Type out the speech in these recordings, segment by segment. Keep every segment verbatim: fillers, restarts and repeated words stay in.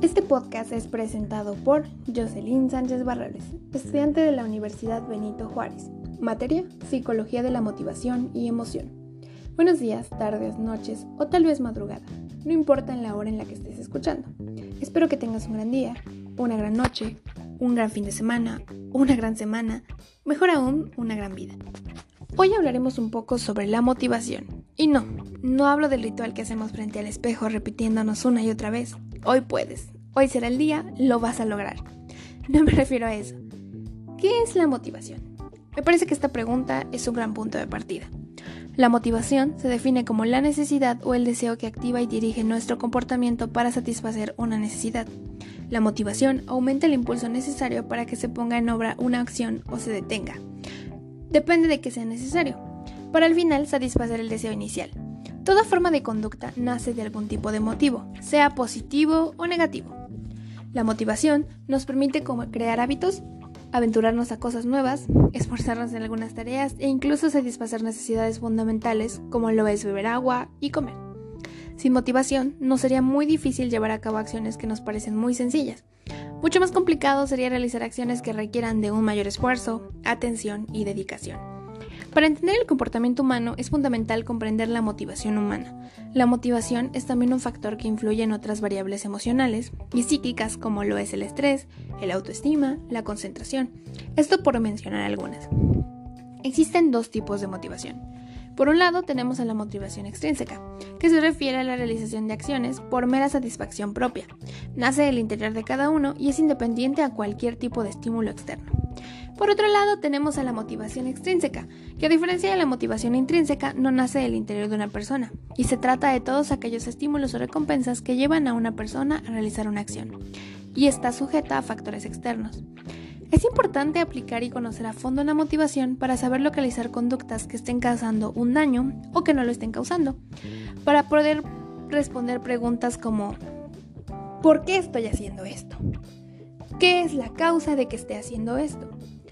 Este podcast es presentado por Jocelyn Sánchez Barrales, estudiante de la Universidad Benito Juárez, materia Psicología de la Motivación y Emoción. Buenos días, tardes, noches o tal vez madrugada, no importa en la hora en la que estés escuchando. Espero que tengas un gran día, una gran noche, un gran fin de semana, una gran semana, mejor aún, una gran vida. Hoy hablaremos un poco sobre la motivación. Y no, no hablo del ritual que hacemos frente al espejo repitiéndonos una y otra vez. Hoy puedes, hoy será el día, lo vas a lograr. No me refiero a eso. ¿Qué es la motivación? Me parece que esta pregunta es un gran punto de partida. La motivación se define como la necesidad o el deseo que activa y dirige nuestro comportamiento para satisfacer una necesidad. La motivación aumenta el impulso necesario para que se ponga en obra una acción o se detenga. Depende de qué sea necesario, para al final satisfacer el deseo inicial. Toda forma de conducta nace de algún tipo de motivo, sea positivo o negativo. La motivación nos permite como crear hábitos, aventurarnos a cosas nuevas, esforzarnos en algunas tareas e incluso satisfacer necesidades fundamentales como lo es beber agua y comer. Sin motivación, nos sería muy difícil llevar a cabo acciones que nos parecen muy sencillas. Mucho más complicado sería realizar acciones que requieran de un mayor esfuerzo, atención y dedicación. Para entender el comportamiento humano es fundamental comprender la motivación humana. La motivación es también un factor que influye en otras variables emocionales y psíquicas como lo es el estrés, el autoestima, la concentración. Esto por mencionar algunas. Existen dos tipos de motivación. Por un lado tenemos a la motivación extrínseca, que se refiere a la realización de acciones por mera satisfacción propia. Nace del interior de cada uno y es independiente a cualquier tipo de estímulo externo. Por otro lado tenemos a la motivación extrínseca, que a diferencia de la motivación intrínseca no nace del interior de una persona, y se trata de todos aquellos estímulos o recompensas que llevan a una persona a realizar una acción, y está sujeta a factores externos. Es importante aplicar y conocer a fondo la motivación para saber localizar conductas que estén causando un daño o que no lo estén causando, para poder responder preguntas como ¿por qué estoy haciendo esto? ¿Qué es la causa de que esté haciendo esto?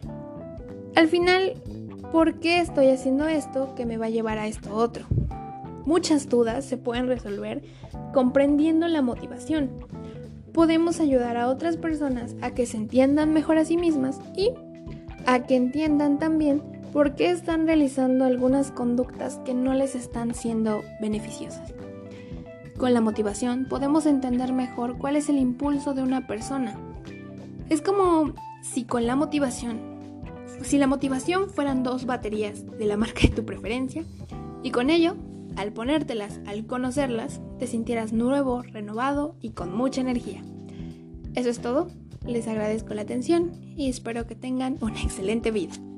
Al final, ¿por qué estoy haciendo esto que me va a llevar a esto otro? Muchas dudas se pueden resolver comprendiendo la motivación. Podemos ayudar a otras personas a que se entiendan mejor a sí mismas y a que entiendan también por qué están realizando algunas conductas que no les están siendo beneficiosas. Con la motivación podemos entender mejor cuál es el impulso de una persona. Es como si con la motivación, si la motivación fueran dos baterías de la marca de tu preferencia y con ello, al ponértelas, al conocerlas, te sintieras nuevo, renovado y con mucha energía. Eso es todo, les agradezco la atención y espero que tengan una excelente vida.